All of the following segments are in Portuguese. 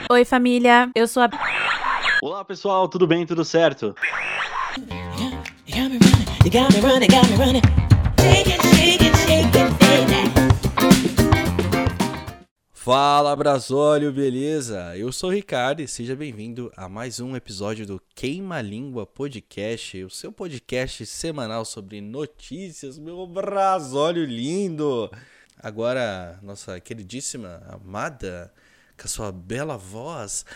Oi, família, eu sou a... Olá, pessoal, tudo bem? Tudo certo? Fala, Brasólio, beleza? Eu sou o Ricardo e seja bem-vindo a mais um episódio do Queima Língua Podcast, o seu podcast semanal sobre notícias, meu Brasólio lindo! Agora, nossa queridíssima, amada, com a sua bela voz,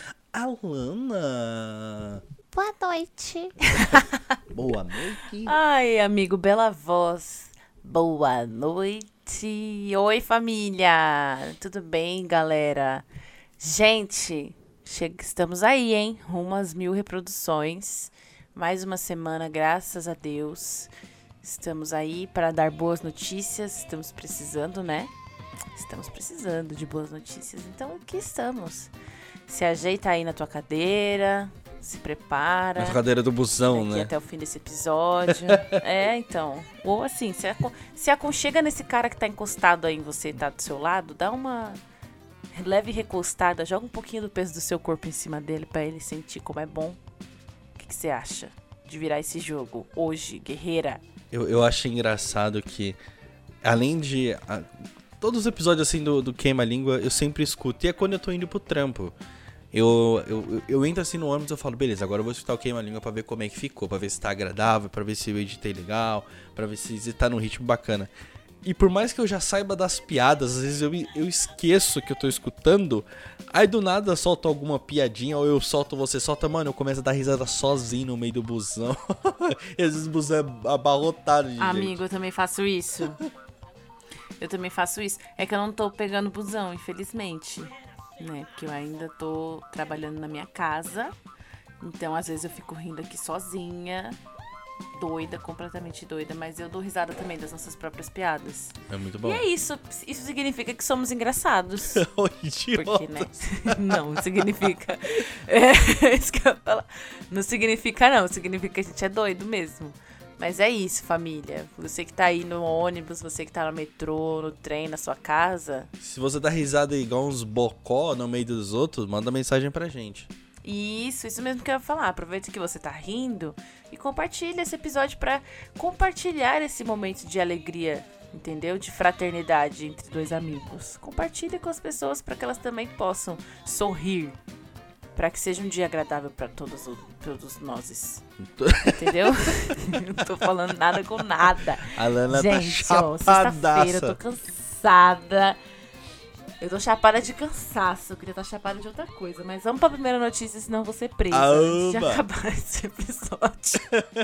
Alana! Boa noite. Boa noite! Ai, amigo, bela voz. Boa noite. Oi, família. Tudo bem, galera? Gente, estamos aí, hein? Rumo às 1000 reproduções. Mais uma semana, graças a Deus. Estamos aí para dar boas notícias. Estamos precisando, né? Estamos precisando de boas notícias. Então, aqui estamos. Se ajeita aí na tua cadeira, se prepara. Na cadeira do busão, né? Até o fim desse episódio. Então. Ou assim, se aconchega nesse cara que tá encostado aí em você, tá do seu lado, dá uma leve recostada, joga um pouquinho do peso do seu corpo em cima dele pra ele sentir como é bom. O que você acha de virar esse jogo hoje, guerreira? Eu acho engraçado que, além de... todos os episódios assim do Queima Língua, eu sempre escuto. E é quando eu tô indo pro trampo. Eu entro assim no ônibus e eu falo, beleza, agora eu vou escutar o Queima Língua pra ver como é que ficou. Pra ver se tá agradável, pra ver se eu editei legal, pra ver se tá num ritmo bacana. E por mais que eu já saiba das piadas, às vezes eu esqueço que eu tô escutando. Aí do nada solto alguma piadinha, ou eu solto, você solta, mano, eu começo a dar risada sozinho no meio do busão. E às vezes o busão é abarrotado de gente. Amigo, eu também faço isso. É que eu não tô pegando busão, infelizmente, né? Porque eu ainda tô trabalhando na minha casa. Então, às vezes eu fico rindo aqui sozinha, doida, completamente doida. Mas eu dou risada também das nossas próprias piadas. É muito bom. E é isso. Isso significa que somos engraçados. Idiota. Porque, né? Não significa. Isso que eu ia falar. Não significa, não. Significa que a gente é doido mesmo. Mas é isso, família. Você que tá aí no ônibus, você que tá no metrô, no trem, na sua casa. Se você dá risada igual uns bocó no meio dos outros, manda mensagem pra gente. Isso mesmo que eu ia falar. Aproveita que você tá rindo e compartilha esse episódio pra compartilhar esse momento de alegria, entendeu? De fraternidade entre dois amigos. Compartilha com as pessoas pra que elas também possam sorrir. Pra que seja um dia agradável pra todos nós. Entendeu? Não tô falando nada com nada. A Lana gente, tá ó, sexta-feira, eu chapadaça. tô cansada. Eu tô chapada de cansaço. Eu queria estar chapada de outra coisa. Mas vamos pra primeira notícia, senão eu vou ser presa antes de acabar esse episódio.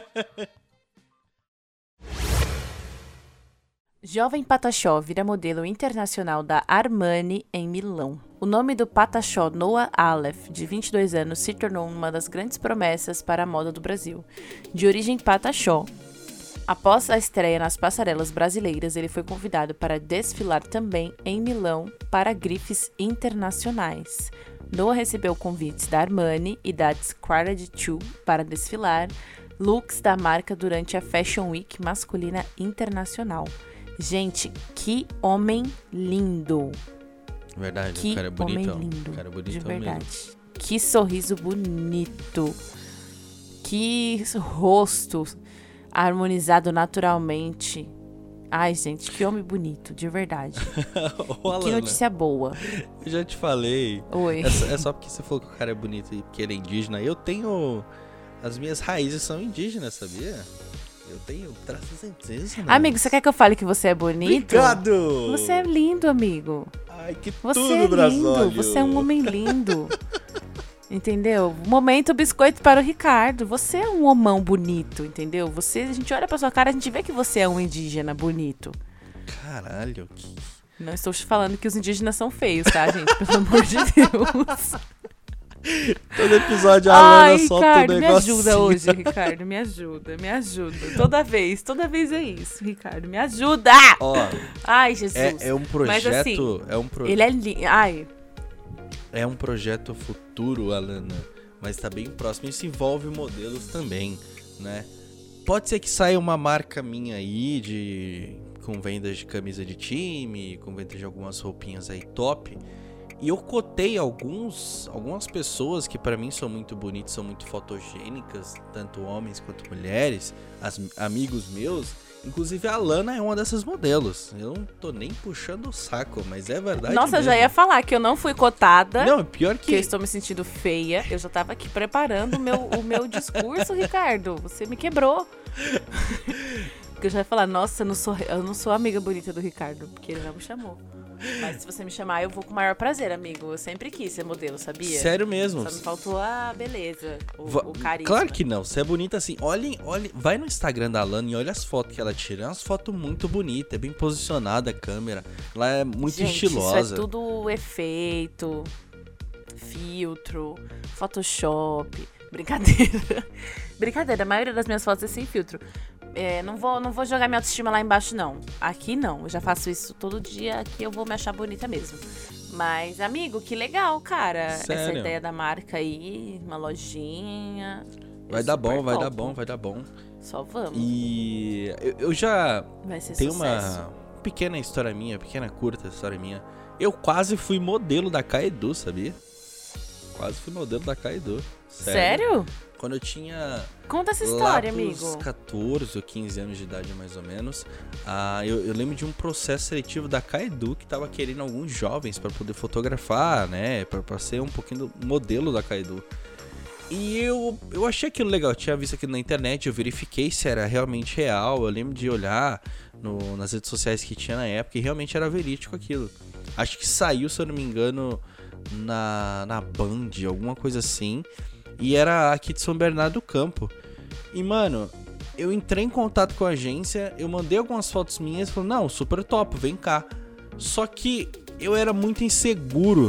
Jovem Pataxó vira modelo internacional da Armani em Milão. O nome do Pataxó Noah Aleph, de 22 anos, se tornou uma das grandes promessas para a moda do Brasil. De origem Pataxó, após a estreia nas passarelas brasileiras, ele foi convidado para desfilar também em Milão para grifes internacionais. Noah recebeu convites da Armani e da Scarlett 2 para desfilar looks da marca durante a Fashion Week masculina internacional. Gente, que homem lindo. Verdade, Que o cara é bonitão. homem lindo, O cara é bonitão de verdade. mesmo. Que sorriso bonito. Que rosto harmonizado naturalmente. Ai, gente, que homem bonito, de verdade. Ô, Alana, Que notícia boa. eu já te falei. Oi. É só porque você falou que o cara é bonito e que ele é indígena. Eu tenho... As minhas raízes são indígenas, sabia? Eu tenho traços indígenas. Amigo, você quer que eu fale que você é bonito? Obrigado! Você é lindo, amigo. Ai, que Você tudo, é lindo. Brasólio. Você é um homem lindo. Entendeu? Momento biscoito para o Ricardo. Você é um homão bonito, entendeu? A gente olha pra sua cara, a gente vê que você é um indígena bonito. Caralho, que... Não estou te falando que os indígenas são feios, tá, gente? Pelo amor de Deus. Todo episódio a Alana Ai, solta Ricardo, um me negocinho. ajuda hoje, Ricardo. Me ajuda. Toda vez é isso, Ricardo. Me ajuda! Ó, Ai, Jesus. é um projeto... Mas assim, é um ele é lindo. Ai, É um projeto futuro, Alana, mas tá bem próximo. Isso envolve modelos também, né? Pode ser que saia uma marca minha aí com vendas de camisa de time, com vendas de algumas roupinhas aí top. E eu cotei algumas pessoas que pra mim são muito bonitas, são muito fotogênicas, tanto homens quanto mulheres, amigos meus. Inclusive a Lana é uma dessas modelos. Eu não tô nem puxando o saco, mas é verdade. Nossa, mesmo. eu já ia falar que eu não fui cotada. Não, pior que eu estou me sentindo feia. Eu já tava aqui preparando o meu discurso, Ricardo. Você me quebrou. Porque eu já ia falar, nossa, eu não sou amiga bonita do Ricardo, porque ele não me chamou. Mas se você me chamar, eu vou com o maior prazer, amigo. Eu sempre quis ser modelo, sabia? Sério mesmo. Só me faltou beleza, o carisma. Claro que não, você é bonita assim. Olha, vai no Instagram da Lana e olha as fotos que ela tira. É umas fotos muito bonitas, é bem posicionada a câmera. Ela é muito estilosa. Isso é tudo efeito, filtro, Photoshop. Brincadeira. Brincadeira, a maioria das minhas fotos é sem filtro. Não vou jogar minha autoestima lá embaixo, não. Aqui não, eu já faço isso todo dia, aqui eu vou me achar bonita mesmo. Mas, amigo, que legal, cara. Sério? Essa ideia da marca aí, uma lojinha. Vai dar bom, vai dar bom, vai dar bom. Só vamos. E eu já tenho sucesso. Uma pequena história minha, pequena curta história minha. Eu quase fui modelo da Kaedu, sabia? Quase fui modelo da Kaedu. Sério? Quando eu tinha... Conta essa história, lá pros amigo. 14 ou 15 anos de idade, mais ou menos. Eu lembro de um processo seletivo da Kaedu que tava querendo alguns jovens para poder fotografar, né? Pra ser um pouquinho do modelo da Kaedu. E eu achei aquilo legal. Eu tinha visto aquilo na internet, eu verifiquei se era realmente real. Eu lembro de olhar nas redes sociais que tinha na época e realmente era verídico aquilo. Acho que saiu, se eu não me engano, na Band, alguma coisa assim. E era aqui de São Bernardo do Campo. E, mano, eu entrei em contato com a agência, eu mandei algumas fotos minhas e falei, não, super top, vem cá. Só que eu era muito inseguro.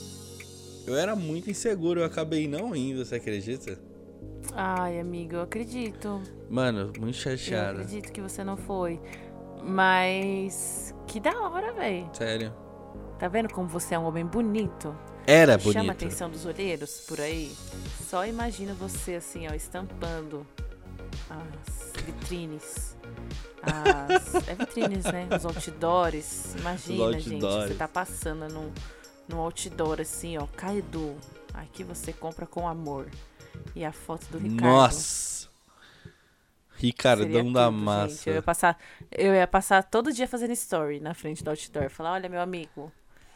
Eu acabei não indo, você acredita? Ai, amigo, eu acredito. Mano, muito chateado. Eu acredito que você não foi. Mas que da hora, velho. Sério. Tá vendo como você é um homem bonito? Era bonito. Chama a atenção dos olheiros por aí. Só imagina você assim, ó, estampando as vitrines. Vitrines, né? Os outdoors. Imagina, gente, você tá passando num outdoor assim, ó, Kaedu. Aqui você compra com amor. E a foto do Ricardo. Nossa! Ricardão da massa. Gente. Eu ia passar todo dia fazendo story na frente do outdoor. Falar, olha, meu amigo.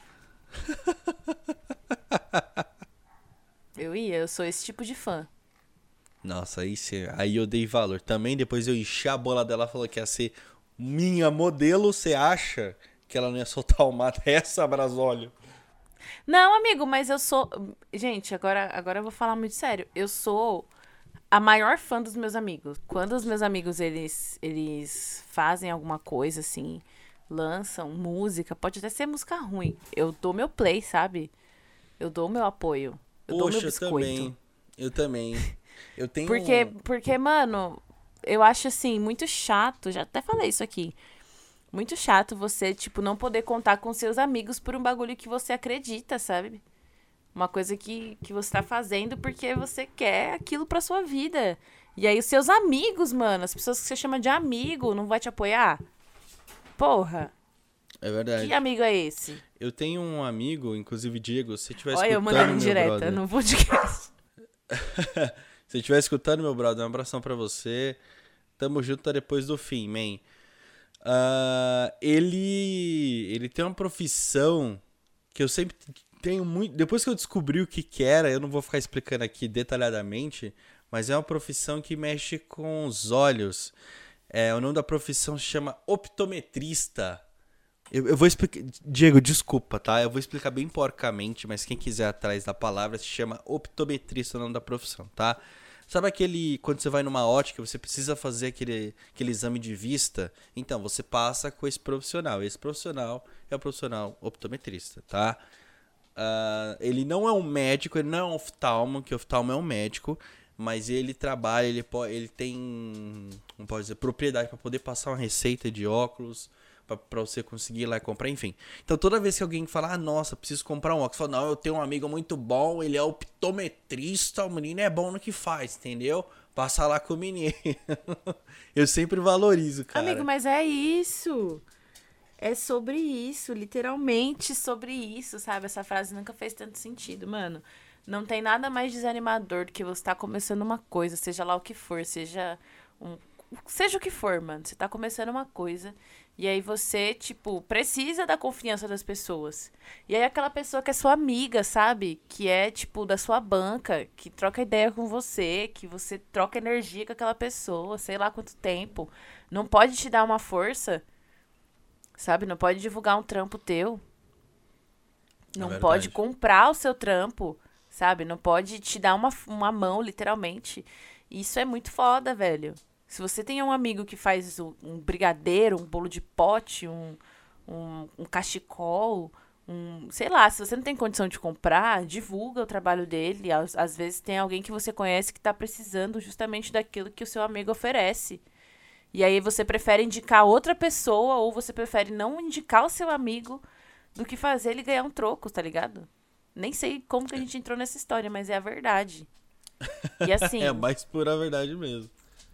Eu sou esse tipo de fã. Nossa, aí eu dei valor. Também depois eu enchi a bola dela, falou que ia ser minha modelo. Você acha que ela não ia soltar uma dessa, Brasólio? Não, amigo, mas eu sou... Gente, agora eu vou falar muito sério. Eu sou a maior fã dos meus amigos. Quando os meus amigos, eles fazem alguma coisa, assim, lançam música, pode até ser música ruim. Eu dou meu play, sabe? Eu dou meu apoio. Eu dou meu biscoito. Eu também. Eu tenho... Porque, mano, eu acho, assim, muito chato. Já até falei isso aqui. Muito chato você, tipo, não poder contar com seus amigos por um bagulho que você acredita, sabe? Uma coisa que você tá fazendo porque você quer aquilo pra sua vida. E aí os seus amigos, mano, as pessoas que você chama de amigo, não vai te apoiar? Porra. É verdade. Que amigo é esse? Eu tenho um amigo, inclusive Diego, se tiver escutando, olha, eu mandando indireta, brother, não vou de casa. Se estiver escutando, meu brother, um abração pra você. Tamo junto, tá depois do fim, man. Ele tem uma profissão que eu sempre tenho muito... Depois que eu descobri o que era, eu não vou ficar explicando aqui detalhadamente, mas é uma profissão que mexe com os olhos. O nome da profissão se chama optometrista. Eu vou explicar... Diego, desculpa, tá? Eu vou explicar bem porcamente, mas quem quiser atrás da palavra se chama optometrista, o nome da profissão, tá? Sabe quando você vai numa ótica, você precisa fazer aquele exame de vista? Então, você passa com esse profissional. Esse profissional é o profissional optometrista, tá? Ele não é um médico, ele não é um oftalmo, que oftalmo é um médico, mas ele trabalha, ele tem, não pode dizer, propriedade para poder passar uma receita de óculos, pra você conseguir ir lá e comprar, enfim. Então, toda vez que alguém fala, nossa, preciso comprar um óculos, fala, não, eu tenho um amigo muito bom, ele é optometrista, o menino é bom no que faz, entendeu? Passa lá com o menino. Eu sempre valorizo, cara. Amigo, mas é isso. É sobre isso, literalmente sobre isso, sabe? Essa frase nunca fez tanto sentido, mano. Não tem nada mais desanimador do que você tá começando uma coisa, seja lá o que for, seja o que for, mano. Você tá começando uma coisa e aí você, tipo, precisa da confiança das pessoas. E aí aquela pessoa que é sua amiga, sabe? Que é, tipo, da sua banca, que troca ideia com você, que você troca energia com aquela pessoa, sei lá quanto tempo. Não pode te dar uma força, sabe? Não pode divulgar um trampo teu. Não pode verdade. comprar o seu trampo, sabe? Não pode te dar uma mão, literalmente. Isso é muito foda, velho. Se você tem um amigo que faz um brigadeiro, um bolo de pote, um cachecol, sei lá, se você não tem condição de comprar, divulga o trabalho dele. Às vezes tem alguém que você conhece que tá precisando justamente daquilo que o seu amigo oferece. E aí você prefere indicar outra pessoa ou você prefere não indicar o seu amigo do que fazer ele ganhar um troco, tá ligado? Nem sei como que a gente entrou nessa história, mas é a verdade. E assim, É a mais pura verdade mesmo.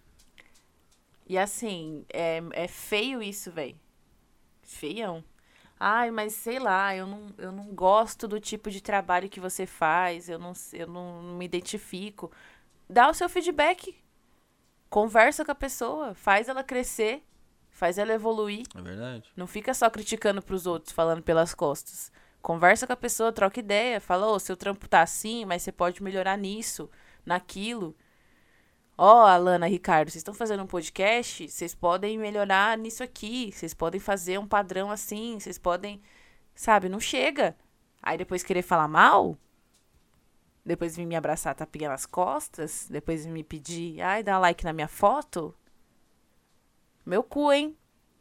é feio isso, velho. Feião. Ai, mas sei lá, eu não gosto do tipo de trabalho que você faz, eu não me identifico. Dá o seu feedback. Conversa com a pessoa, faz ela crescer, faz ela evoluir. É verdade. Não fica só criticando pros outros, falando pelas costas. Conversa com a pessoa, troca ideia. Fala, ô, seu trampo tá assim, mas você pode melhorar nisso, naquilo. Ó, Alana, Ricardo, vocês estão fazendo um podcast? Vocês podem melhorar nisso aqui. Vocês podem fazer um padrão assim. Vocês podem... Sabe, não chega. Aí depois querer falar mal? Depois vir me abraçar tapinha nas costas? Depois me pedir, ai, dá like na minha foto? Meu cu, hein?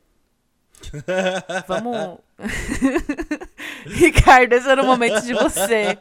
Vamos... Ricardo, esse era o momento de você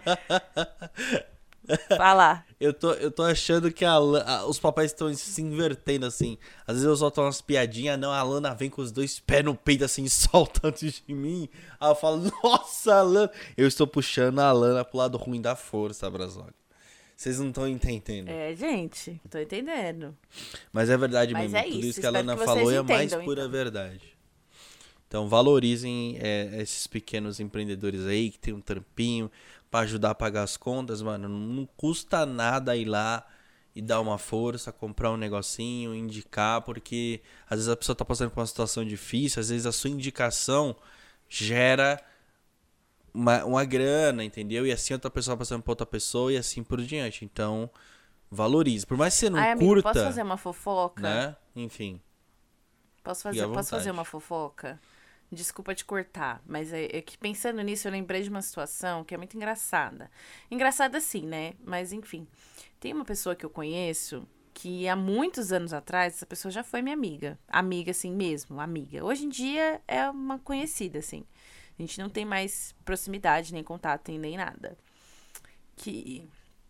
falar. Eu tô achando que os papéis estão se invertendo, assim. Às vezes eu solto umas piadinhas, não, a Lana vem com os dois pés no peito, assim, solta antes de mim. Aí eu falo, nossa, Lana. Eu estou puxando a Lana pro lado ruim da força, Brazola. Vocês não estão entendendo. É, gente, tô entendendo. Mas é verdade Mas mesmo. é Tudo isso, isso que a espero Lana que vocês falou é a mais entendam, pura então. verdade. Então valorizem esses pequenos empreendedores aí que tem um trampinho pra ajudar a pagar as contas, mano. Não custa nada ir lá e dar uma força, comprar um negocinho, indicar, porque às vezes a pessoa tá passando por uma situação difícil, às vezes a sua indicação gera uma grana, entendeu? E assim outra pessoa passando pra outra pessoa e assim por diante. Então, valorize. Por mais que você não Ai, amigo, curta, posso fazer uma fofoca? né? Enfim. Posso Fique à fazer vontade. uma fofoca? Desculpa te cortar, mas é que pensando nisso eu lembrei de uma situação que é muito engraçada. Engraçada sim, né? Mas enfim. Tem uma pessoa que eu conheço que há muitos anos atrás, essa pessoa já foi minha amiga. Amiga assim mesmo, amiga. Hoje em dia é uma conhecida, assim. A gente não tem mais proximidade, nem contato, nem nada. Que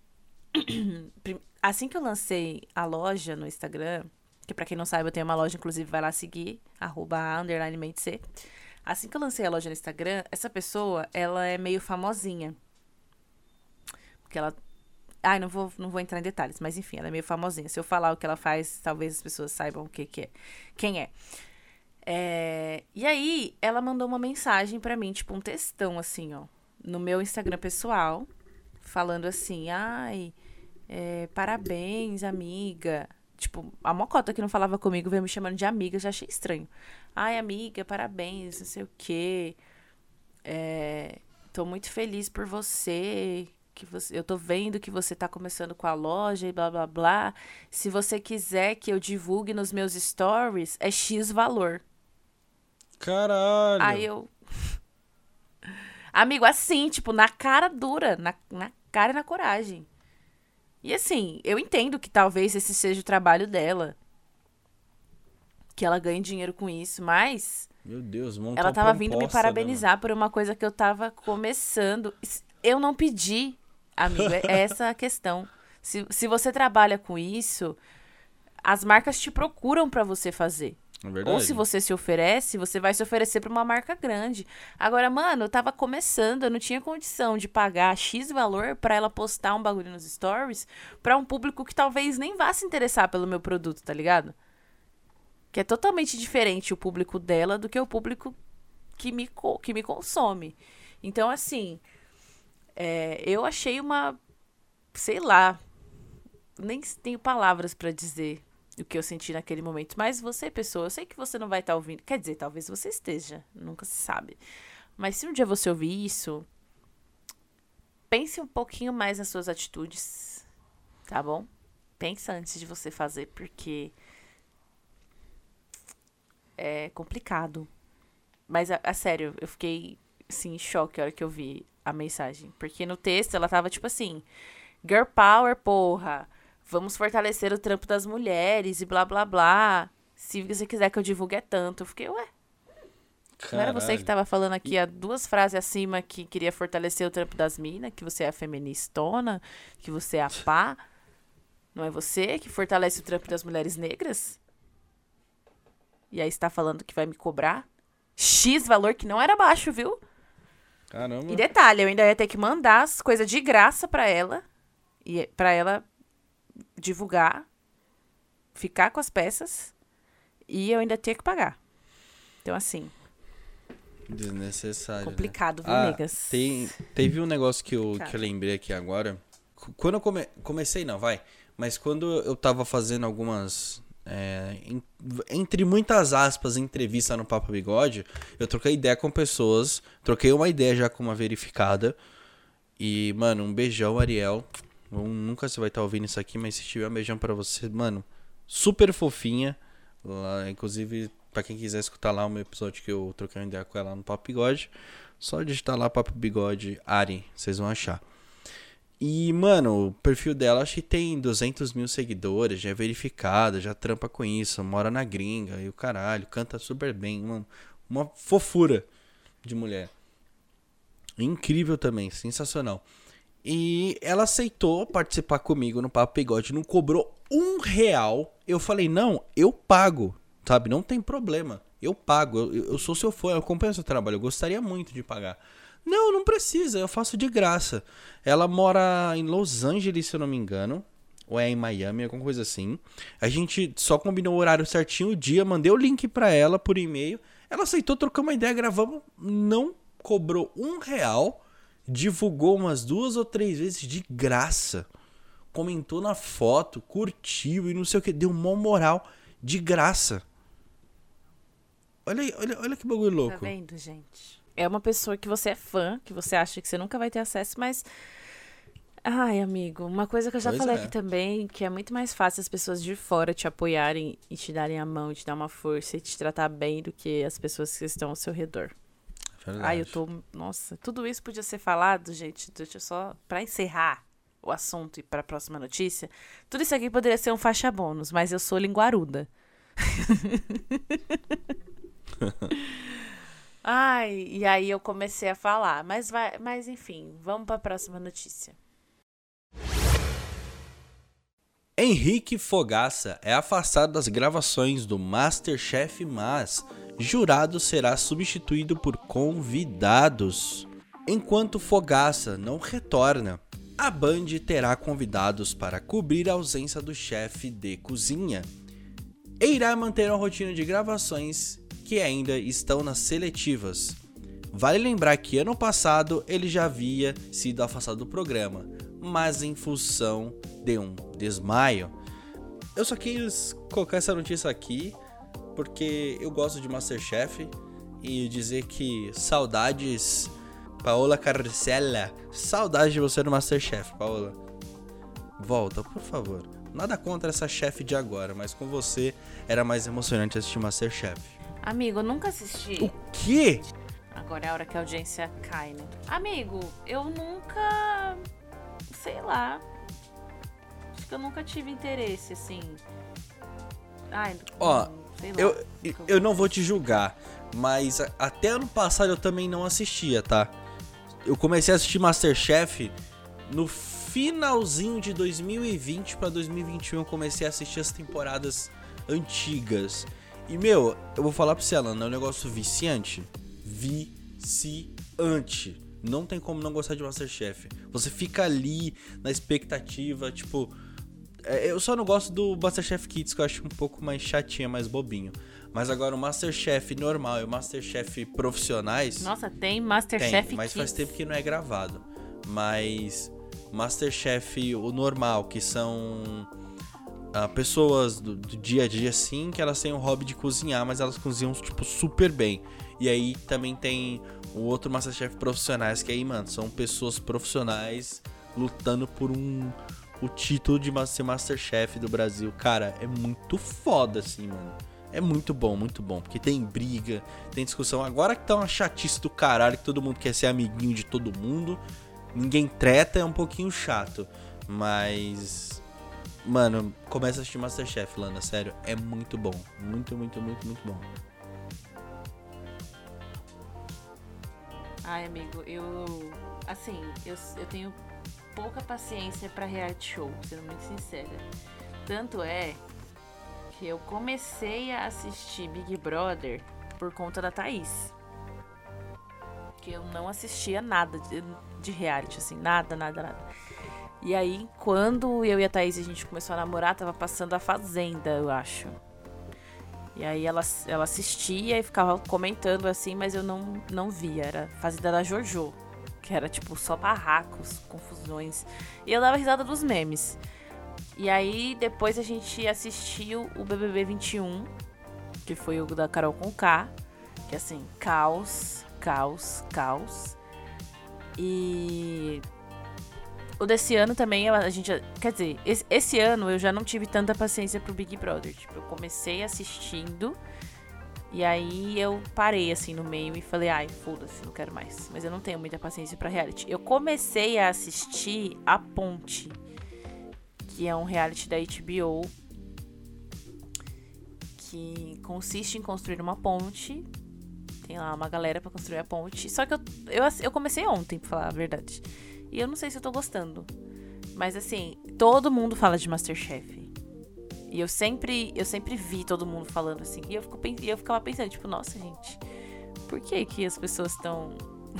assim que eu lancei a loja no Instagram, que pra quem não sabe eu tenho uma loja, inclusive vai lá seguir, @_MateC. Assim que eu lancei a loja no Instagram, essa pessoa, ela é meio famosinha. Porque ela... Ai, não vou entrar em detalhes, mas enfim, ela é meio famosinha. Se eu falar o que ela faz, talvez as pessoas saibam o que é. Quem é. E aí, ela mandou uma mensagem pra mim, tipo um textão, assim, ó, no meu Instagram pessoal, falando assim, ai, parabéns, amiga. Tipo, a mocota que não falava comigo veio me chamando de amiga, já achei estranho. Ai, amiga, parabéns, não sei o quê. Tô muito feliz por você. Eu tô vendo que você tá começando com a loja e blá, blá, blá. Se você quiser que eu divulgue nos meus stories, é X valor. Caralho. Aí eu... Amigo, assim, tipo, na cara dura, na cara e na coragem. E assim, eu entendo que talvez esse seja o trabalho dela. Que ela ganhe dinheiro com isso, mas... Meu Deus, montou ela tava uma vindo me proposta, né, parabenizar por uma coisa que eu tava começando. Eu não pedi, amigo, é essa a questão. Se você trabalha com isso, as marcas te procuram pra você fazer. É verdade. Ou se você se oferece, você vai se oferecer pra uma marca grande. Agora, mano, eu tava começando, eu não tinha condição de pagar X valor pra ela postar um bagulho nos stories pra um público que talvez nem vá se interessar pelo meu produto, tá ligado? Que é totalmente diferente o público dela do que o público que me consome. Então, assim, eu achei sei lá, nem tenho palavras pra dizer o que eu senti naquele momento. Mas você, pessoa, eu sei que você não vai estar ouvindo. Quer dizer, talvez você esteja, nunca se sabe. Mas se um dia você ouvir isso, pense um pouquinho mais nas suas atitudes, tá bom? Pensa antes de você fazer, porque é complicado. Mas, a sério, eu fiquei, assim, em choque a hora que eu vi a mensagem. Porque no texto ela tava tipo assim: Girl Power, porra! Vamos fortalecer o trampo das mulheres e blá, blá, blá. Se você quiser que eu divulgue é tanto. Eu fiquei, ué. Não era você que tava falando aqui há 2 frases acima que queria fortalecer o trampo das minas, que você é a feministona, que você é a pá? Não é você que fortalece o trampo das mulheres negras? E aí você tá falando que vai me cobrar X valor que não era baixo, viu? Caramba. E detalhe, eu ainda ia ter que mandar as coisas de graça pra ela. E pra ela divulgar, ficar com as peças. E eu ainda tinha que pagar. Então, assim... Desnecessário. Complicado, viu, né? negas? Teve um negócio que eu lembrei aqui agora. Quando eu comecei, não, vai. Mas quando eu tava fazendo algumas... entre muitas aspas, entrevista no Papo Bigode, eu troquei ideia com pessoas. Troquei uma ideia já com uma verificada. E, mano, um beijão, Ariel. Nunca você vai estar ouvindo isso aqui, mas se tiver um beijão pra você, mano, super fofinha. Lá, inclusive, pra quem quiser escutar lá o meu episódio que eu troquei uma ideia com ela no Papo Bigode, só digitar lá Papo Bigode Ari, vocês vão achar. E, mano, o perfil dela acho que tem 200 mil seguidores, já é verificada, já trampa com isso, mora na gringa e o caralho, canta super bem, mano, uma fofura de mulher. Incrível também, sensacional. E ela aceitou participar comigo no Papo Bigode, não cobrou R$1. Eu falei, não, eu pago, sabe? Não tem problema, eu pago, eu sou seu fã, eu acompanho seu trabalho, eu gostaria muito de pagar. Não precisa, eu faço de graça. Ela mora em Los Angeles, se eu não me engano, ou é em Miami, alguma coisa assim. A gente só combinou o horário certinho, o dia, mandei o link pra ela por e-mail. Ela aceitou, trocamos uma ideia, gravamos, não cobrou R$1. Divulgou umas 2 ou 3 vezes de graça. Comentou na foto, curtiu e não sei o que. Deu uma moral de graça. Olha que bagulho louco. Tá vendo, gente? É uma pessoa que você é fã, que você acha que você nunca vai ter acesso, mas... Ai, amigo, uma coisa que eu já falei aqui também, que é muito mais fácil as pessoas de fora te apoiarem e te darem a mão, te dar uma força e te tratar bem do que as pessoas que estão ao seu redor. Verdade. Ai, Nossa, tudo isso podia ser falado, gente. Deixa eu só... Pra encerrar o assunto e pra próxima notícia, tudo isso aqui poderia ser um faixa bônus, mas eu sou linguaruda. Ai, e aí eu comecei a falar. Mas enfim, vamos pra próxima notícia. Henrique Fogaça é afastado das gravações do MasterChef, mas jurado será substituído por convidados. Enquanto Fogaça não retorna, a Band terá convidados para cobrir a ausência do chefe de cozinha e irá manter uma rotina de gravações que ainda estão nas seletivas. Vale lembrar que ano passado ele já havia sido afastado do programa, mas em função de um desmaio. Eu só quis colocar essa notícia aqui porque eu gosto de MasterChef e dizer que saudades, Paola Carcella, saudade de você no MasterChef, Paola. Volta, por favor. Nada contra essa chefe de agora, mas com você era mais emocionante assistir MasterChef. Amigo, eu nunca assisti. O quê? Agora é a hora que a audiência cai, né? Amigo, eu nunca... Sei lá. Acho que eu nunca tive interesse, assim. Ai, ó, sei lá. Eu não vou te julgar, mas até ano passado eu também não assistia, tá? Eu comecei a assistir MasterChef no finalzinho de 2020 pra 2021. Eu comecei a assistir as temporadas antigas. E, meu, eu vou falar pra você, Alan, é um negócio viciante. Viciante. Não tem como não gostar de MasterChef. Você fica ali na expectativa, tipo... Eu só não gosto do MasterChef Kids, que eu acho um pouco mais chatinha, mais bobinho. Mas agora o Masterchef normal e o Masterchef profissionais... Nossa, tem Masterchef Tem, mas Kids. faz tempo que não é gravado. Mas Masterchef, o normal, que são pessoas do dia a dia, assim, que elas têm um hobby de cozinhar, mas elas cozinham, tipo, super bem. E aí também tem o outro Masterchef profissionais, que aí, mano, são pessoas profissionais lutando por o título de ser Masterchef do Brasil. Cara, é muito foda, assim, mano. É muito bom, porque tem briga, tem discussão. Agora que tá uma chatice do caralho, que todo mundo quer ser amiguinho de todo mundo, ninguém treta, é um pouquinho chato. Mas, mano, começa a assistir Masterchef, Lana, sério, é muito bom. Muito bom. Ai, amigo, eu tenho pouca paciência pra reality show, sendo muito sincera. Tanto é que eu comecei a assistir Big Brother por conta da Thaís. Que eu não assistia nada de reality, assim, nada. E aí, quando eu e a Thaís a gente começou a namorar, tava passando a Fazenda, eu acho. E aí ela assistia e ficava comentando assim, mas eu não via. Era Fazenda da Jojo, que era tipo só barracos, confusões. E eu dava risada dos memes. E aí depois a gente assistiu o BBB 21, que foi o da Carol Conká, que assim, caos. E o desse ano também, quer dizer, esse ano eu já não tive tanta paciência pro Big Brother. Tipo, eu comecei assistindo e aí eu parei assim no meio e falei, ai, foda-se, não quero mais. Mas eu não tenho muita paciência pra reality. Eu comecei a assistir A Ponte, que é um reality da HBO que consiste em construir uma ponte. Tem lá uma galera pra construir a ponte. Só que eu comecei ontem, pra falar a verdade. E eu não sei se eu tô gostando. Mas assim, todo mundo fala de Masterchef. E eu sempre vi todo mundo falando assim. E eu ficava pensando, tipo, nossa, gente, por que as pessoas estão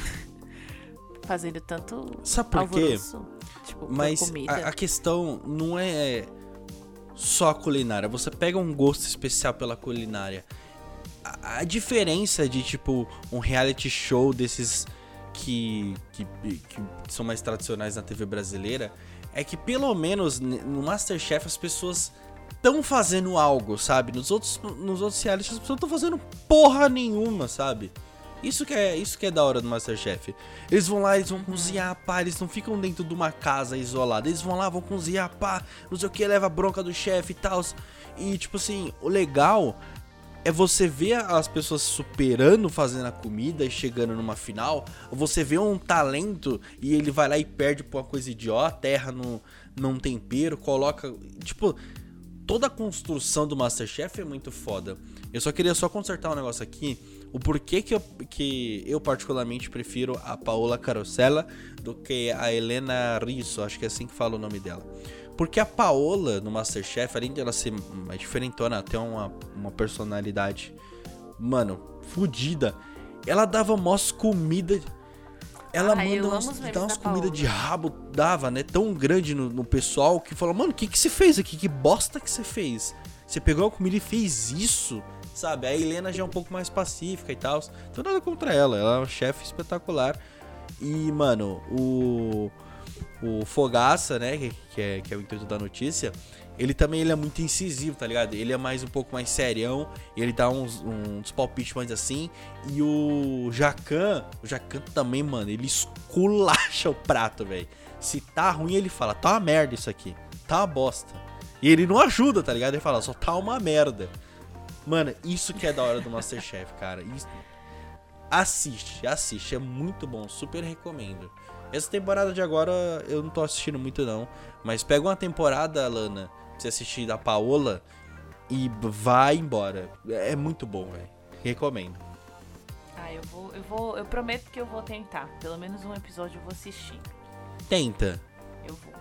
fazendo tanto Sabe por quê? alvoroço? Tipo, mas comida. a questão não é só a culinária. Você pega um gosto especial pela culinária. A diferença de, tipo, um reality show desses que são mais tradicionais na TV brasileira é que, pelo menos, no Masterchef as pessoas estão fazendo algo, sabe? Nos outros realities as pessoas estão fazendo porra nenhuma, sabe? Isso que é da hora do Masterchef. Eles vão lá, eles vão cozinhar, pá, eles não ficam dentro de uma casa isolada. Eles vão lá, vão cozinhar, pá, não sei o que, leva a bronca do chefe e tal. E, tipo assim, o legal é você ver as pessoas superando, fazendo a comida e chegando numa final. Ou você vê um talento e ele vai lá e perde por uma coisa idiota, erra num tempero, coloca... Tipo, toda a construção do Masterchef é muito foda. Eu só queria consertar um negócio aqui. O porquê que eu particularmente prefiro a Paola Carosella do que a Helena Rizzo, acho que é assim que fala o nome dela. Porque a Paola no Masterchef, além de ela ser mais diferentona, ter uma personalidade, mano, fodida, ela dava mós comida. Ela manda dar umas comidas de rabo, dava, né? Tão grande no pessoal que falou, mano, o que você fez aqui? Que bosta que você fez? Você pegou a comida e fez isso? Sabe? A Helena já é um pouco mais pacífica e tal. Então nada contra ela, ela é uma chefe espetacular. E, mano, o Fogaça, né, que é o intuito da notícia, ele é muito incisivo, tá ligado? Ele é um pouco mais serião, ele dá uns palpites mais assim. E o Jacan também, mano, ele esculacha o prato, velho. Se tá ruim, ele fala, tá uma merda isso aqui, tá uma bosta. E ele não ajuda, tá ligado? Ele fala, só tá uma merda. Mano, isso que é da hora do Masterchef, cara. Assiste, é muito bom, super recomendo. Essa temporada de agora eu não tô assistindo muito não, mas pega uma temporada, Lana, pra você assistir da Paola e vai embora. É muito bom, velho. Recomendo. Ah, eu prometo que eu vou tentar. Pelo menos um episódio eu vou assistir. Tenta. Eu vou.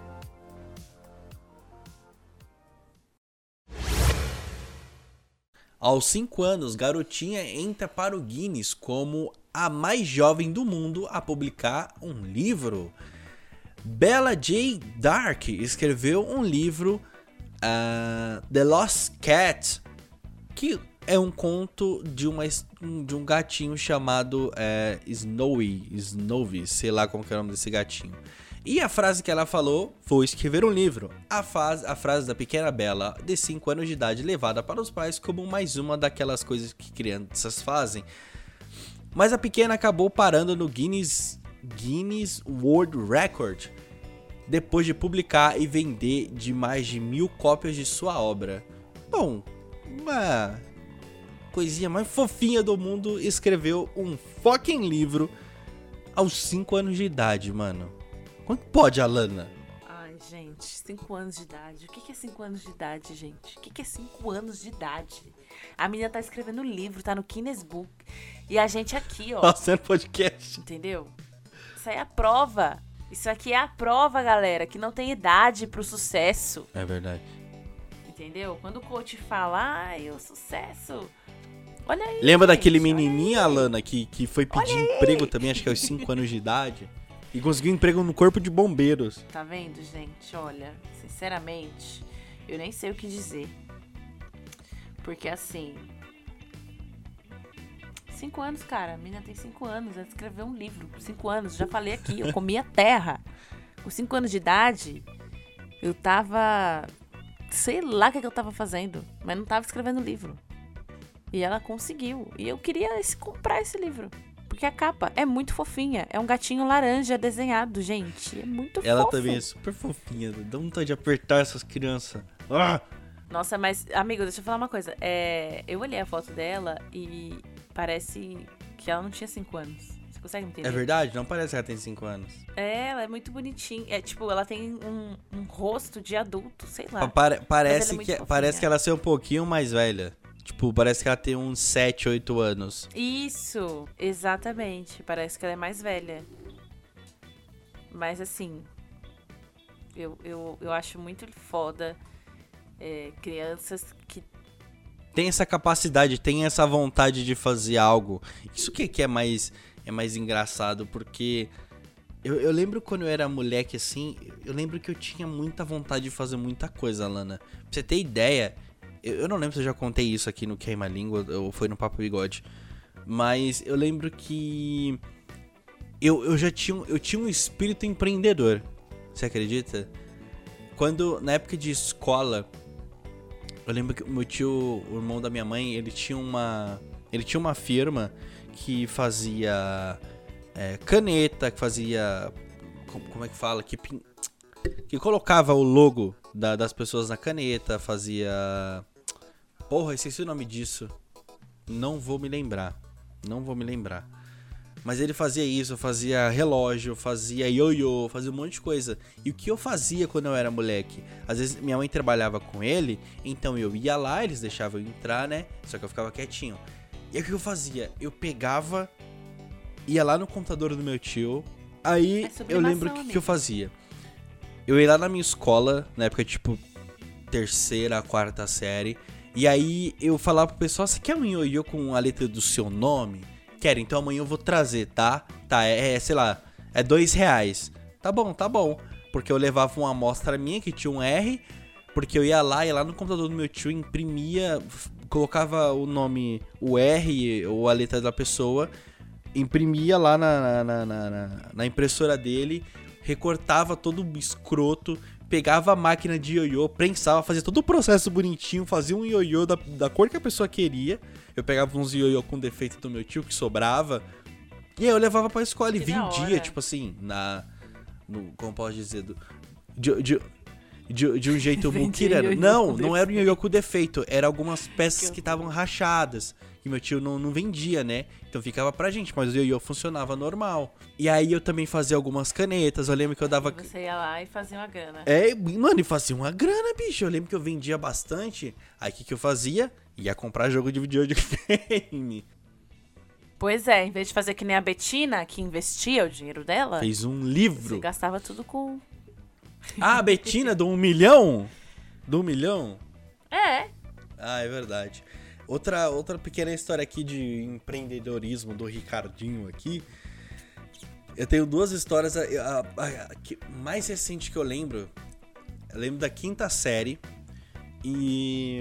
Aos 5 anos, garotinha entra para o Guinness como a mais jovem do mundo a publicar um livro. Bella J. Dark escreveu um livro, The Lost Cat, que é um conto de um gatinho chamado Snowy, sei lá como que é o nome desse gatinho. E a frase que ela falou foi escrever um livro. A frase da pequena Bella, de 5 anos de idade, levada para os pais como mais uma daquelas coisas que crianças fazem. Mas a pequena acabou parando no Guinness World Record depois de publicar e vender de mais de 1000 cópias de sua obra. Bom, uma coisinha mais fofinha do mundo escreveu um fucking livro aos 5 anos de idade, mano. Quanto pode, Alana? Ai, gente, 5 anos de idade. O que é 5 anos de idade, gente? O que é 5 anos de idade? A menina tá escrevendo livro, tá no Guinness Book. E a gente aqui, ó. Fazendo podcast. Entendeu? Isso aí é a prova. Isso aqui é a prova, galera, que não tem idade pro sucesso. É verdade. Entendeu? Quando o coach fala, o sucesso... Olha aí, lembra gente, daquele menininho, Alana, que foi pedir emprego também, acho que aos 5 anos de idade? E conseguiu emprego no corpo de bombeiros. Tá vendo, gente? Olha, sinceramente, eu nem sei o que dizer. Porque assim... 5 anos, cara. A menina tem 5 anos. Ela escreveu um livro com 5 anos. Já falei aqui, eu comia terra. Com 5 anos de idade, eu tava... Sei lá o que eu tava fazendo. Mas não tava escrevendo livro. E ela conseguiu. E eu queria comprar esse livro. Porque a capa é muito fofinha. É um gatinho laranja desenhado, gente. É muito Ela fofo. também é super fofinha. Dá vontade de apertar essas crianças. Ah! Nossa, mas, amigo, deixa eu falar uma coisa. Eu olhei a foto dela e parece que ela não tinha 5 anos. Você consegue me entender? É verdade? Não parece que ela tem 5 anos. Ela é muito bonitinha. Ela tem um rosto de adulto, sei lá. Parece muito que fofinha. ela ser um pouquinho mais velha. Tipo, parece que ela tem uns 7, 8 anos. Isso, exatamente. Parece que ela é mais velha. Mas assim, eu acho muito foda crianças que... Tem essa capacidade, tem essa vontade de fazer algo. Isso que é mais engraçado, porque eu lembro quando eu era moleque assim, eu lembro que eu tinha muita vontade de fazer muita coisa, Alana. Pra você ter ideia, eu não lembro se eu já contei isso aqui no Queima Língua ou foi no Papo Bigode, mas eu lembro que eu tinha um espírito empreendedor. Você acredita? Na época de escola, eu lembro que o meu tio, o irmão da minha mãe, ele tinha uma firma que fazia caneta, que fazia... Como é que fala? Que colocava o logo das pessoas na caneta, fazia... Porra, esqueci o nome disso. Não vou me lembrar. Mas ele fazia isso, fazia relógio, fazia ioiô, fazia um monte de coisa. E o que eu fazia quando eu era moleque? Às vezes minha mãe trabalhava com ele, então eu ia lá, eles deixavam eu entrar, né? Só que eu ficava quietinho. E aí o que eu fazia? Eu pegava, ia lá no computador do meu tio, aí eu lembro o que eu fazia. Eu ia lá na minha escola, na época tipo 3ª, 4ª série, e aí eu falava pro pessoal, você quer um ioiô com a letra do seu nome? Quero, então amanhã eu vou trazer, tá? Tá, sei lá, é R$2. Tá bom. Porque eu levava uma amostra minha que tinha um R, porque eu ia lá no computador do meu tio, imprimia, colocava o nome, o R ou a letra da pessoa, imprimia lá na impressora dele, recortava todo escroto, pegava a máquina de ioiô, prensava, fazia todo o processo bonitinho, fazia um ioiô da cor que a pessoa queria. Eu pegava uns ioiô com defeito do meu tio que sobrava, e aí eu levava pra escola e vendia, tipo assim, como posso dizer, de um jeito muquirano. Não era um ioiô com defeito, era algumas peças que estavam rachadas, que meu tio não vendia, né? Então ficava pra gente, mas o ioiô funcionava normal. E aí eu também fazia algumas canetas, eu lembro que eu dava... Você ia lá e fazia uma grana. Mano, e fazia uma grana, bicho. Eu lembro que eu vendia bastante. Aí o que eu fazia? Ia comprar jogo de videogame. Pois é, em vez de fazer que nem a Betina, que investia o dinheiro dela... Fez um livro. Você gastava tudo com... Ah, a Betina do 1 milhão? Do 1 milhão? É. Ah, é verdade. Outra pequena história aqui de empreendedorismo do Ricardinho aqui. Eu tenho 2 histórias. A mais recente que eu lembro da 5ª série. E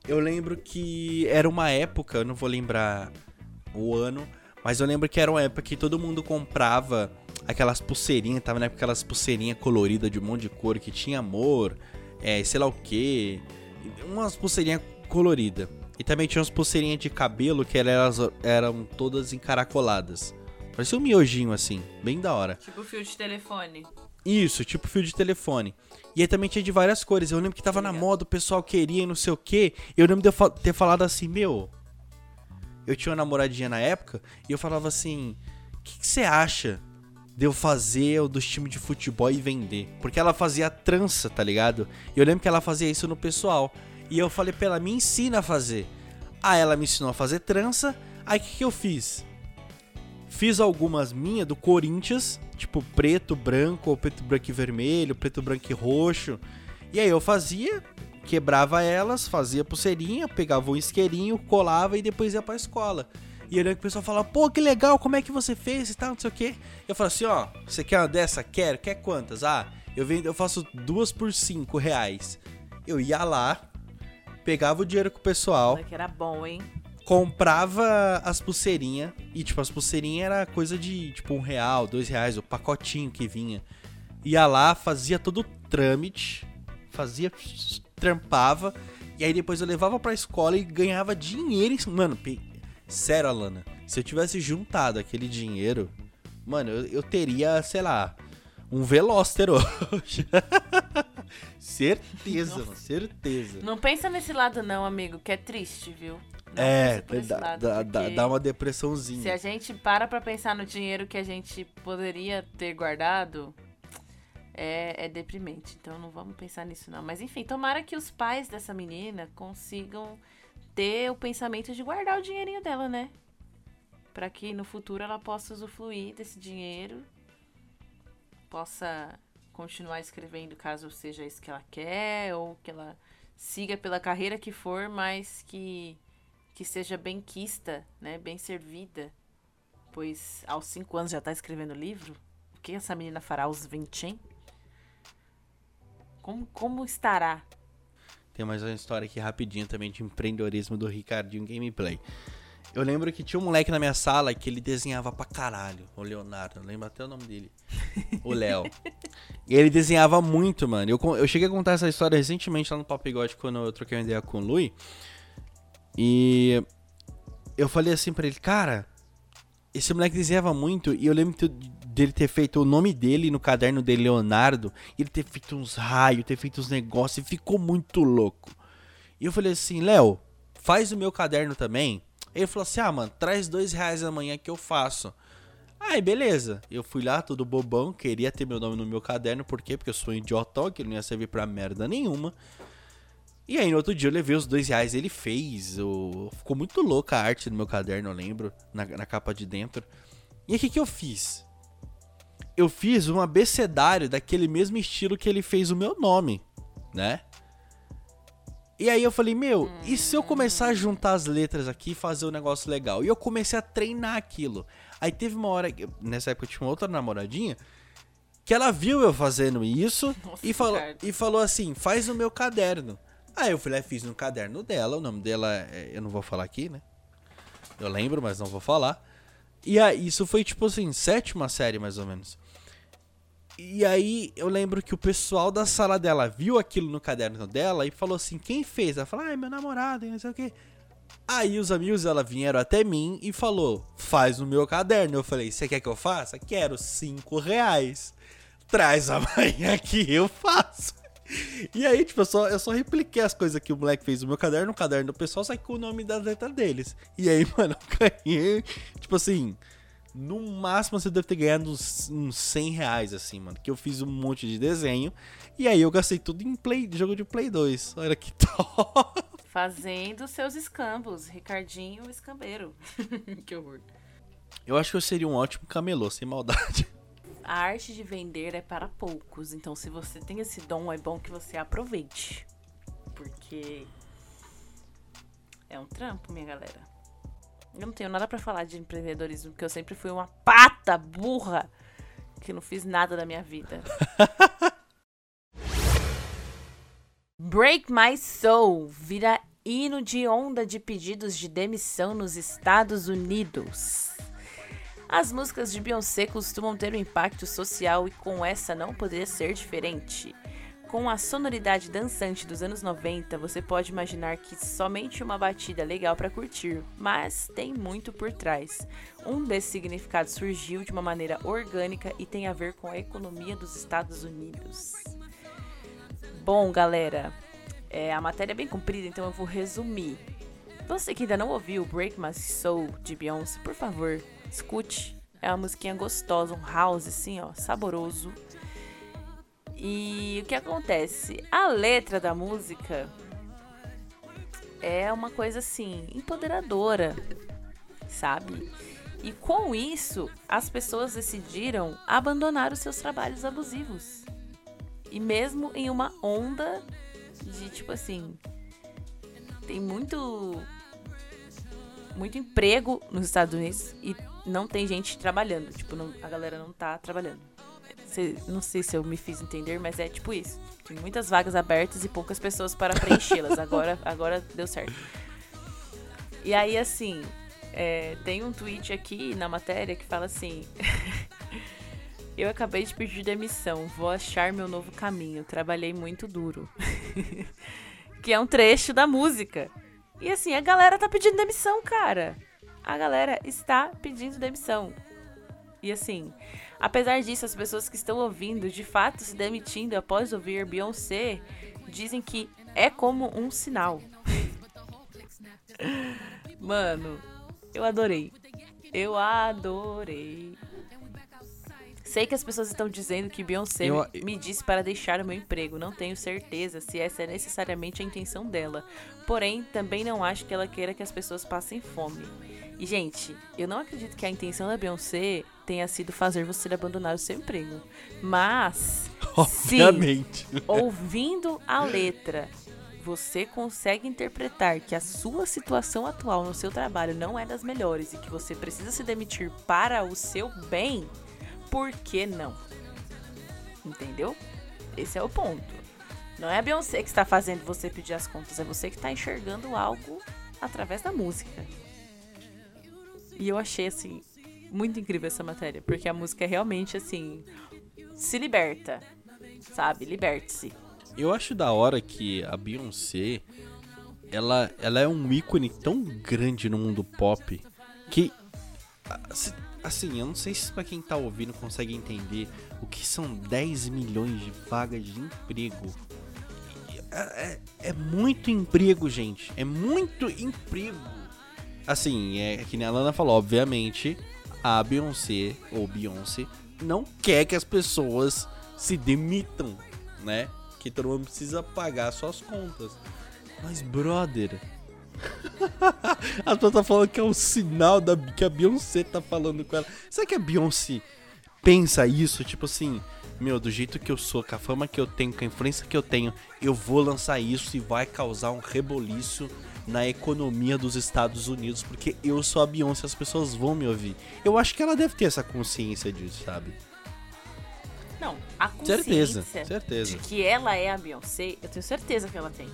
Eu lembro que era uma época, eu não vou lembrar o ano, mas eu lembro que era uma época que todo mundo comprava aquelas pulseirinhas, tava na época aquelas pulseirinhas coloridas de um monte de cor, que tinha amor, sei lá o que, umas pulseirinhas coloridas. E também tinha umas pulseirinhas de cabelo que elas eram todas encaracoladas. Parecia um miojinho assim, bem da hora. Tipo fio de telefone. Isso, tipo fio de telefone. E aí também tinha de várias cores. Eu lembro que tava na moda, o pessoal queria e não sei o que. Eu lembro de eu ter falado assim, meu... Eu tinha uma namoradinha na época e eu falava assim... O que você acha de eu fazer o dos times de futebol e vender? Porque ela fazia trança, tá ligado? E eu lembro que ela fazia isso no pessoal. E eu falei pra ela, me ensina a fazer. Aí ela me ensinou a fazer trança. Aí o que eu fiz? Fiz algumas minhas do Corinthians, tipo preto, branco, ou preto, branco e vermelho, preto, branco e roxo. E aí eu fazia, quebrava elas, fazia pulseirinha, pegava um isqueirinho, colava e depois ia pra escola. E aí o pessoal falava, pô, que legal, como é que você fez e tal, não sei o que. Eu falava assim, ó, você quer uma dessa? Quero, quer quantas? Ah, eu faço 2 por R$5. Eu ia lá, pegava o dinheiro com o pessoal. Que era bom, hein? Comprava as pulseirinhas. E tipo, as pulseirinhas era coisa de tipo R$1, R$2, o pacotinho que vinha. Ia lá, fazia todo o trâmite. Trampava. E aí depois eu levava pra escola e ganhava dinheiro. Mano, sério, Alana, se eu tivesse juntado aquele dinheiro, mano, eu teria, sei lá, um Veloster hoje. Certeza, mano, certeza. Não pensa nesse lado não, amigo, que é triste, viu? Dá uma depressãozinha. Se a gente para pra pensar no dinheiro que a gente poderia ter guardado, é deprimente. Então não vamos pensar nisso não. Mas enfim, tomara que os pais dessa menina consigam ter o pensamento de guardar o dinheirinho dela, né? Pra que no futuro ela possa usufruir desse dinheiro, possa continuar escrevendo caso seja isso que ela quer, ou que ela siga pela carreira que for, mas que seja benquista, né, bem servida, pois aos 5 anos já tá escrevendo livro. O que essa menina fará aos 20, hein? Como estará? Tem mais uma história aqui rapidinho também de empreendedorismo do Ricardinho Gameplay. Eu lembro que tinha um moleque na minha sala que ele desenhava pra caralho, o Leonardo, eu lembro até o nome dele, o Léo. E ele desenhava muito, mano. Eu cheguei a contar essa história recentemente lá no Papo Bigode, quando eu troquei uma ideia com o Lui. E eu falei assim pra ele, cara, esse moleque desenhava muito. E eu lembro dele ter feito o nome dele no caderno dele, Leonardo. E ele ter feito uns raios, ter feito uns negócios. E ficou muito louco. E eu falei assim, Léo, faz o meu caderno também. Ele falou assim, mano, traz R$2 amanhã que eu faço. Aí, beleza. Eu fui lá, todo bobão, queria ter meu nome no meu caderno. Por quê? Porque eu sou um idiotão, que não ia servir pra merda nenhuma. E aí, no outro dia, eu levei os R$2, ele fez. Ficou muito louca a arte do meu caderno, eu lembro, na capa de dentro. E aí, o que eu fiz? Eu fiz um abecedário daquele mesmo estilo que ele fez o meu nome, né? E aí eu falei, meu, e se eu começar a juntar as letras aqui e fazer um negócio legal? E eu comecei a treinar aquilo. Aí teve uma hora, nessa época eu tinha uma outra namoradinha, que ela viu eu fazendo isso. Nossa, e falou assim, faz no meu caderno. Aí eu fui lá e fiz no caderno dela, o nome dela, eu não vou falar aqui, né? Eu lembro, mas não vou falar. E aí, isso foi tipo assim, 7ª série mais ou menos. E aí eu lembro que o pessoal da sala dela viu aquilo no caderno dela e falou assim, quem fez? Ela falou, é meu namorado, e não sei o que. Aí os amigos dela vieram até mim e falou, faz no meu caderno. Eu falei, você quer que eu faça? Quero, R$5. Traz amanhã que eu faço. E aí, tipo, eu só repliquei as coisas que o moleque fez no meu caderno, no caderno do pessoal, só que com o nome das letras deles. E aí, mano, eu ganhei, tipo assim, no máximo você deve ter ganhado uns R$100, assim, mano. Que eu fiz um monte de desenho. E aí eu gastei tudo em jogo de Play 2. Olha que top. Fazendo seus escambos. Ricardinho escambeiro. Que horror. Eu acho que eu seria um ótimo camelô, sem maldade. A arte de vender é para poucos. Então, se você tem esse dom, é bom que você aproveite. Porque é um trampo, minha galera. Eu não tenho nada pra falar de empreendedorismo, porque eu sempre fui uma pata burra que não fiz nada da minha vida. Break My Soul vira hino de onda de pedidos de demissão nos Estados Unidos. As músicas de Beyoncé costumam ter um impacto social e com essa não poderia ser diferente. Com a sonoridade dançante dos anos 90, você pode imaginar que somente uma batida legal para curtir, mas tem muito por trás. Um desses significados surgiu de uma maneira orgânica e tem a ver com a economia dos Estados Unidos. Bom, galera, a matéria é bem comprida, então eu vou resumir. Você que ainda não ouviu Break My Soul de Beyoncé, por favor, escute. É uma musiquinha gostosa, um house assim, ó, saboroso. E o que acontece? A letra da música é uma coisa assim, empoderadora, sabe? E com isso, as pessoas decidiram abandonar os seus trabalhos abusivos. E mesmo em uma onda de, tipo assim, tem muito emprego nos Estados Unidos e não tem gente trabalhando. Tipo, a galera não tá trabalhando. Não sei se eu me fiz entender, mas é tipo isso. Tem muitas vagas abertas e poucas pessoas para preenchê-las. Agora deu certo. E aí, assim, tem um tweet aqui na matéria que fala assim... Eu acabei de pedir demissão, vou achar meu novo caminho, trabalhei muito duro. Que é um trecho da música. E assim, a galera tá pedindo demissão, cara. A galera está pedindo demissão. E assim, apesar disso, as pessoas que estão ouvindo, de fato se demitindo após ouvir Beyoncé, dizem que é como um sinal. Mano, eu adorei. Eu adorei. Sei que as pessoas estão dizendo que Beyoncé me disse para deixar o meu emprego. Não tenho certeza se essa é necessariamente a intenção dela. Porém, também não acho que ela queira que as pessoas passem fome. E, gente, eu não acredito que a intenção da Beyoncé tenha sido fazer você abandonar o seu emprego. Mas, obviamente, se ouvindo a letra, você consegue interpretar que a sua situação atual no seu trabalho não é das melhores e que você precisa se demitir para o seu bem... Por que não? Entendeu? Esse é o ponto. Não é a Beyoncé que está fazendo você pedir as contas, é você que está enxergando algo através da música. E eu achei, assim, muito incrível essa matéria, porque a música realmente, assim, se liberta, sabe? Liberte-se. Eu acho da hora que a Beyoncé, ela é um ícone tão grande no mundo pop que... Assim, eu não sei se pra quem tá ouvindo consegue entender o que são 10 milhões de vagas de emprego. É muito emprego, gente. É muito emprego. Assim, é que nem a Lana falou, obviamente, a Beyoncé, ou Beyoncé, não quer que as pessoas se demitam, né? Que todo mundo precisa pagar suas contas. Mas, brother... As pessoas estão falando que é um sinal que a Beyoncé tá falando com ela. Será que a Beyoncé pensa isso? Tipo assim, meu, do jeito que eu sou, com a fama que eu tenho, com a influência que eu tenho, eu vou lançar isso e vai causar um reboliço na economia dos Estados Unidos, porque eu sou a Beyoncé, as pessoas vão me ouvir. Eu acho que ela deve ter essa consciência disso, sabe? Não, a consciência certeza. de que ela é a Beyoncé, eu tenho certeza que ela tem.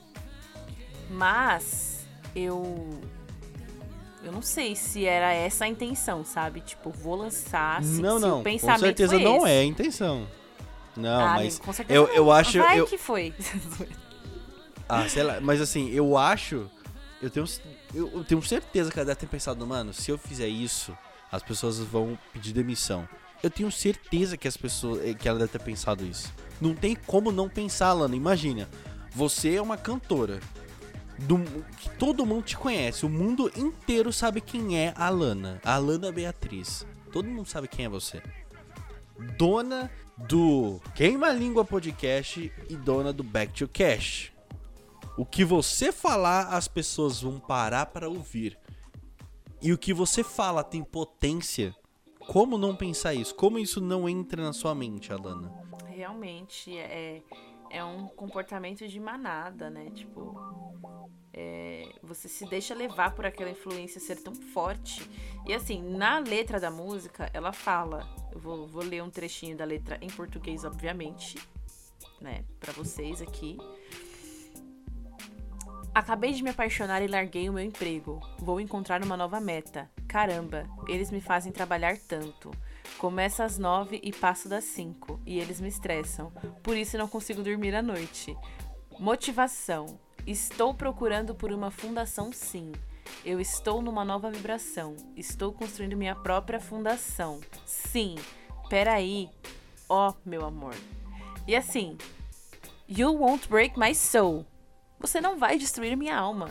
Mas eu não sei se era essa a intenção, sabe? Tipo, vou lançar. Se o pensamento com certeza foi não esse. é a intenção. Não, mas amigo, com certeza eu acho. Vai que foi. Sei lá, mas assim, eu acho. Eu tenho certeza que ela deve ter pensado, mano, se eu fizer isso, as pessoas vão pedir demissão. Eu tenho certeza que ela deve ter pensado isso. Não tem como não pensar, Lana. Imagina, você é uma cantora. Que todo mundo te conhece, o mundo inteiro sabe quem é a Lana Beatriz. Todo mundo sabe quem é você. Dona do Queima a Língua Podcast e dona do Back to Cash. O que você falar, as pessoas vão parar para ouvir. E o que você fala tem potência. Como não pensar isso? Como isso não entra na sua mente, Alana? Realmente é um comportamento de manada, né? Tipo, você se deixa levar por aquela influência ser tão forte. E assim, na letra da música, ela fala... Eu vou ler um trechinho da letra em português, obviamente, né? Pra vocês aqui. Acabei de me apaixonar e larguei o meu emprego. Vou encontrar uma nova meta. Caramba, eles me fazem trabalhar tanto. Começo às 9 e passo das 5. E eles me estressam. Por isso não consigo dormir à noite. Motivação. Estou procurando por uma fundação, sim. Eu estou numa nova vibração. Estou construindo minha própria fundação. Sim. Peraí. Ó, meu amor. E assim... You won't break my soul. Você não vai destruir minha alma.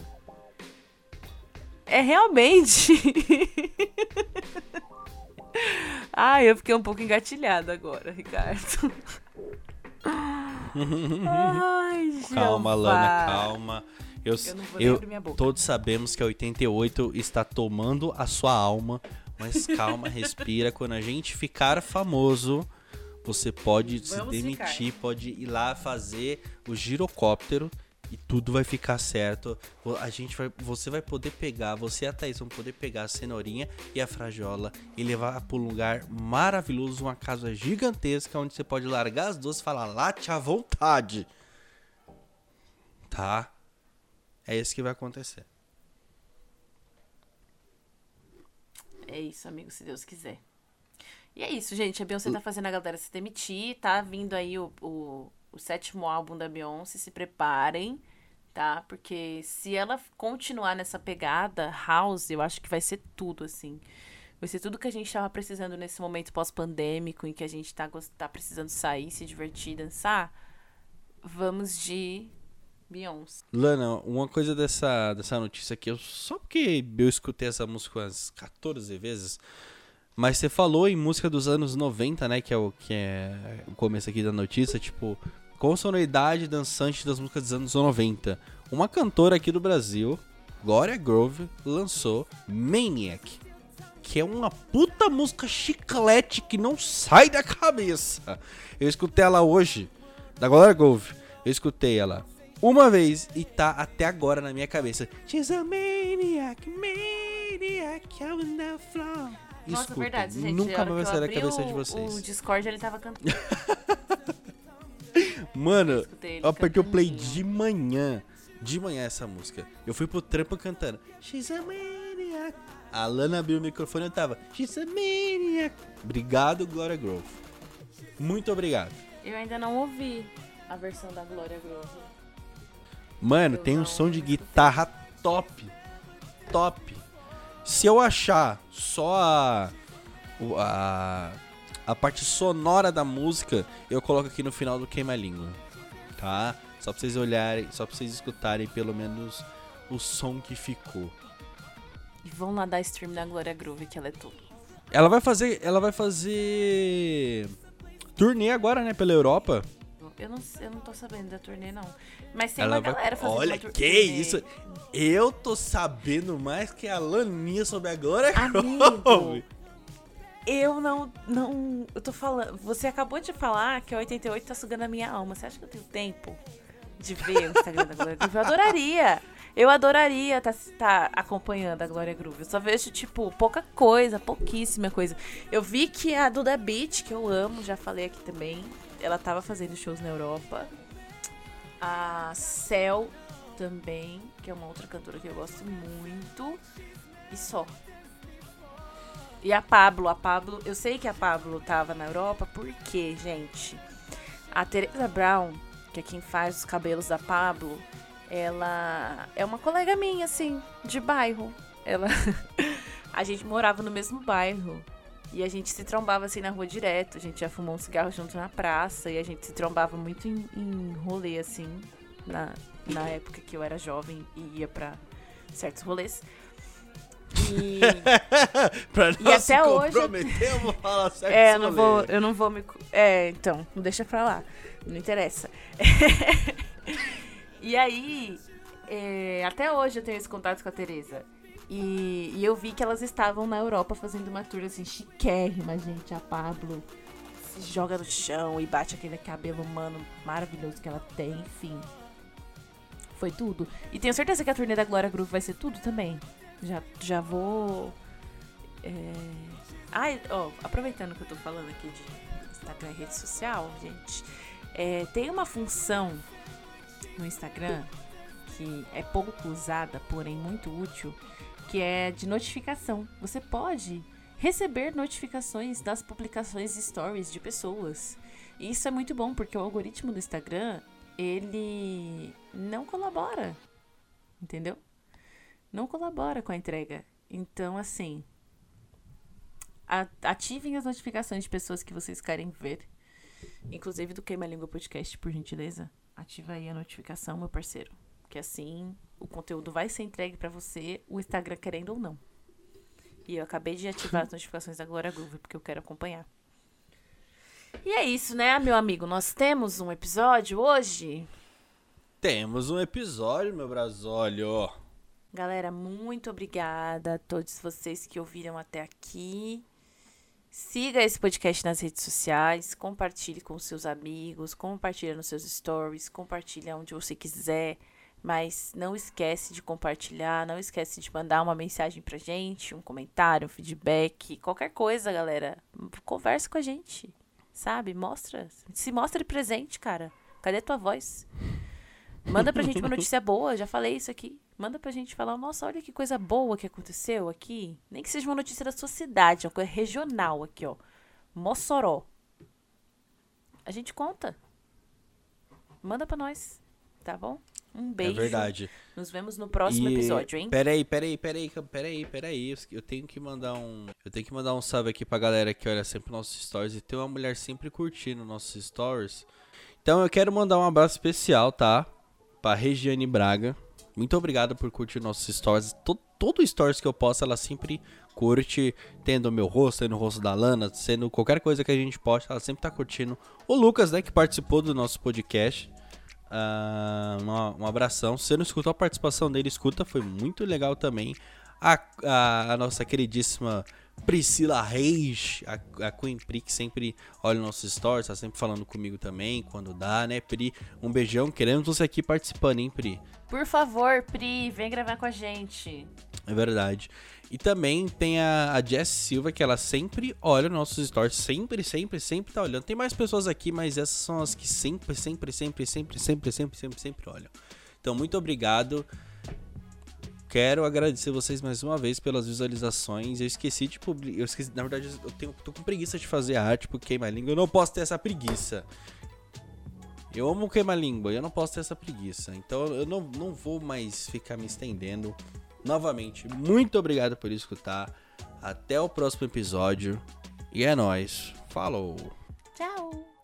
É realmente... Ai, eu fiquei um pouco engatilhada agora, Ricardo. Ai, Calma, Jeová. Lana, calma. Eu não vou nem abrir minha boca. Todos sabemos que a 88 está tomando a sua alma, mas calma, respira. Quando a gente ficar famoso, você pode se demitir, pode ir lá fazer o girocóptero e tudo vai ficar certo. Você vai poder pegar, você e a Thaís vão poder pegar a cenourinha e a frajola e levar para um lugar maravilhoso, uma casa gigantesca, onde você pode largar as duas e falar late à vontade. Tá? É isso que vai acontecer. É isso, amigo, se Deus quiser. E é isso, gente. A Beyoncé tá fazendo a galera se demitir. Tá vindo aí o 7º álbum da Beyoncé. Se preparem, tá? Porque se ela continuar nessa pegada house, eu acho que vai ser tudo, assim. Vai ser tudo que a gente tava precisando nesse momento pós-pandêmico, em que a gente tá precisando sair, se divertir, dançar. Vamos de Beyoncé. Lana, uma coisa dessa notícia aqui, só porque eu escutei essa música umas 14 vezes, mas você falou em música dos anos 90, né, que é o começo aqui da notícia, tipo, com sonoridade dançante das músicas dos anos 90. Uma cantora aqui do Brasil, Glória Groove, lançou Maniac, que é uma puta música chiclete que não sai da cabeça. Eu escutei ela hoje, da Glória Groove, eu escutei ela uma vez e tá até agora na minha cabeça. She's a maniac, maniac, on the floor. Nossa, Escuta, verdade, gente. nunca mais vai sair da abri cabeça de vocês. O Discord, ele tava cantando. Mano, eu apertei o play cantandinho. de manhã essa música. Eu fui pro trampo cantando She's a maniac. A Lana abriu o microfone e eu tava She's a maniac. Obrigado, Glória Groove. Muito obrigado. Eu ainda não ouvi a versão da Glória Groove. Mano, tem um som de guitarra top. Top. Se eu achar só a parte sonora da música, eu coloco aqui no final do Queima Língua. Tá? Só pra vocês olharem, só pra vocês escutarem pelo menos o som que ficou. E vão lá dar stream da Glória Groove, que ela é tudo. Ela vai fazer turnê agora, né, pela Europa. Eu não tô sabendo da turnê, não. Mas tem Ela uma galera fazendo Olha, uma turnê. que isso? Eu tô sabendo mais que a Laninha sobre a Glória Amigo, Groove. eu não... Eu tô falando... Você acabou de falar que a 88 tá sugando a minha alma. Você acha que eu tenho tempo de ver o Instagram da Glória Groove? Eu adoraria tá acompanhando a Glória Groove. Eu só vejo, tipo, pouquíssima coisa. Eu vi que a Duda Beat, que eu amo, já falei aqui também, ela tava fazendo shows na Europa. A Cell também, que é uma outra cantora que eu gosto muito. E só. E a Pablo, eu sei que a Pablo tava na Europa, porque, gente, a Teresa Brown, que é quem faz os cabelos da Pablo, ela é uma colega minha, assim, de bairro. A gente morava no mesmo bairro. E a gente se trombava assim na rua direto. A gente já fumou um cigarro junto na praça. E a gente se trombava muito em rolê, assim, na época que eu era jovem e ia pra certos rolês. E, Pra e não até se hoje comprometer, eu vou falar certo. eu não vou me... então, deixa pra lá. Não interessa. E aí, até hoje eu tenho esse contato com a Teresa. E eu vi que elas estavam na Europa fazendo uma tour assim, chiquérrima, gente. A Pablo se joga no chão e bate aquele cabelo humano maravilhoso que ela tem, enfim. Foi tudo. E tenho certeza que a turnê da Glória Groove vai ser tudo também. Já vou... aproveitando que eu tô falando aqui de Instagram e rede social, gente. Tem uma função no Instagram que é pouco usada, porém muito útil, que é de notificação. Você pode receber notificações das publicações stories de pessoas. E isso é muito bom, porque o algoritmo do Instagram, ele não colabora, entendeu? Não colabora com a entrega. Então, assim, ativem as notificações de pessoas que vocês querem ver. Inclusive do Queima Língua Podcast, por gentileza. Ativa aí a notificação, meu parceiro. Que assim, o conteúdo vai ser entregue pra você, o Instagram querendo ou não. E eu acabei de ativar as notificações da Glória Groove, porque eu quero acompanhar. E é isso, né, meu amigo? Nós temos um episódio hoje. Temos um episódio, meu brasólio. Galera, muito obrigada a todos vocês que ouviram até aqui. Siga esse podcast nas redes sociais, compartilhe com seus amigos, compartilha nos seus stories, compartilha onde você quiser, mas não esquece de compartilhar, não esquece de mandar uma mensagem pra gente, um comentário, um feedback, qualquer coisa, galera. Conversa com a gente, sabe? Se mostre presente, cara. Cadê tua voz? Manda pra gente uma notícia boa, já falei isso aqui. Manda pra gente falar, nossa, olha que coisa boa que aconteceu aqui. Nem que seja uma notícia da sua cidade, uma coisa regional aqui, ó. Mossoró. A gente conta. Manda pra nós, tá bom? Um beijo. É verdade. Nos vemos no próximo episódio, hein? Peraí. Eu tenho que mandar um salve aqui pra galera que olha sempre nossos stories e tem uma mulher sempre curtindo nossos stories. Então eu quero mandar um abraço especial, tá? Pra Regiane Braga. Muito obrigado por curtir nossos stories. Todo stories que eu posto, ela sempre curte, tendo o meu rosto, tendo o rosto da Lana, sendo qualquer coisa que a gente posta, ela sempre tá curtindo. O Lucas, né, que participou do nosso podcast. Um abração. Se você não escutou a participação dele, escuta, foi muito legal também. A nossa queridíssima Priscila Reis, a Queen Pri, que sempre olha nossos stories, tá sempre falando comigo também, quando dá, né, Pri? Um beijão, queremos você aqui participando, hein, Pri? Por favor, Pri, vem gravar com a gente. É verdade. E também tem a Jess Silva, que ela sempre olha nossos stories, sempre tá olhando. Tem mais pessoas aqui, mas essas são as que sempre olham. Então, muito obrigado. Quero agradecer vocês mais uma vez pelas visualizações. Eu esqueci de publicar. Na verdade, tô com preguiça de fazer a arte pro Queima Língua. Eu não posso ter essa preguiça. Eu amo Queima Língua e eu não posso ter essa preguiça. Então eu não vou mais ficar me estendendo. Novamente, muito obrigado por escutar. Até o próximo episódio. E é nóis. Falou. Tchau.